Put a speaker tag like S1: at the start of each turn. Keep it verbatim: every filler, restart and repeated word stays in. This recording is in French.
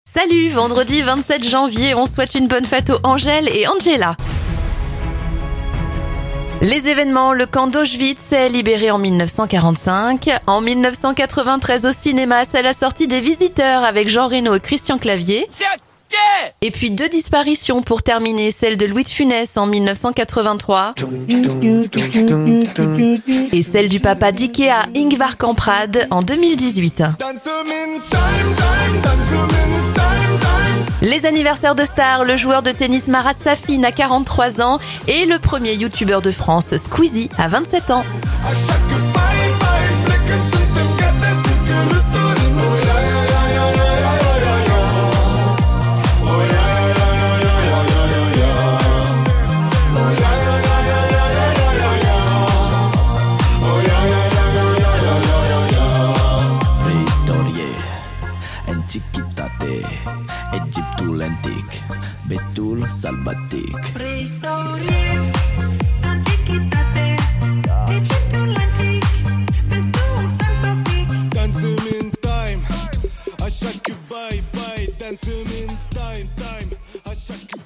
S1: Salut, vendredi vingt-sept janvier, on souhaite une bonne fête aux Angèle et Angela. Les événements, le camp d'Auschwitz est libéré en mille neuf cent quarante-cinq. En mille neuf cent quatre-vingt-treize au cinéma, c'est la sortie des Visiteurs avec Jean Reno et Christian Clavier. Et puis deux disparitions pour terminer, celle de Louis de Funès en mille neuf cent quatre-vingt-trois et celle du papa d'Ikea Ingvar Kamprad en deux mille dix-huit. Les anniversaires de stars, le joueur de tennis Marat Safin a quarante-trois ans et le premier youtubeur de France, Squeezie, a vingt-sept ans.
S2: Antiquitate, Egiptul antic, vestul sălbatic.
S3: Preistorie, antichitate, Egiptul antic, vestul sălbatic.
S4: Dansăm in time, așa că bye bye. Dansăm in time, time, așa că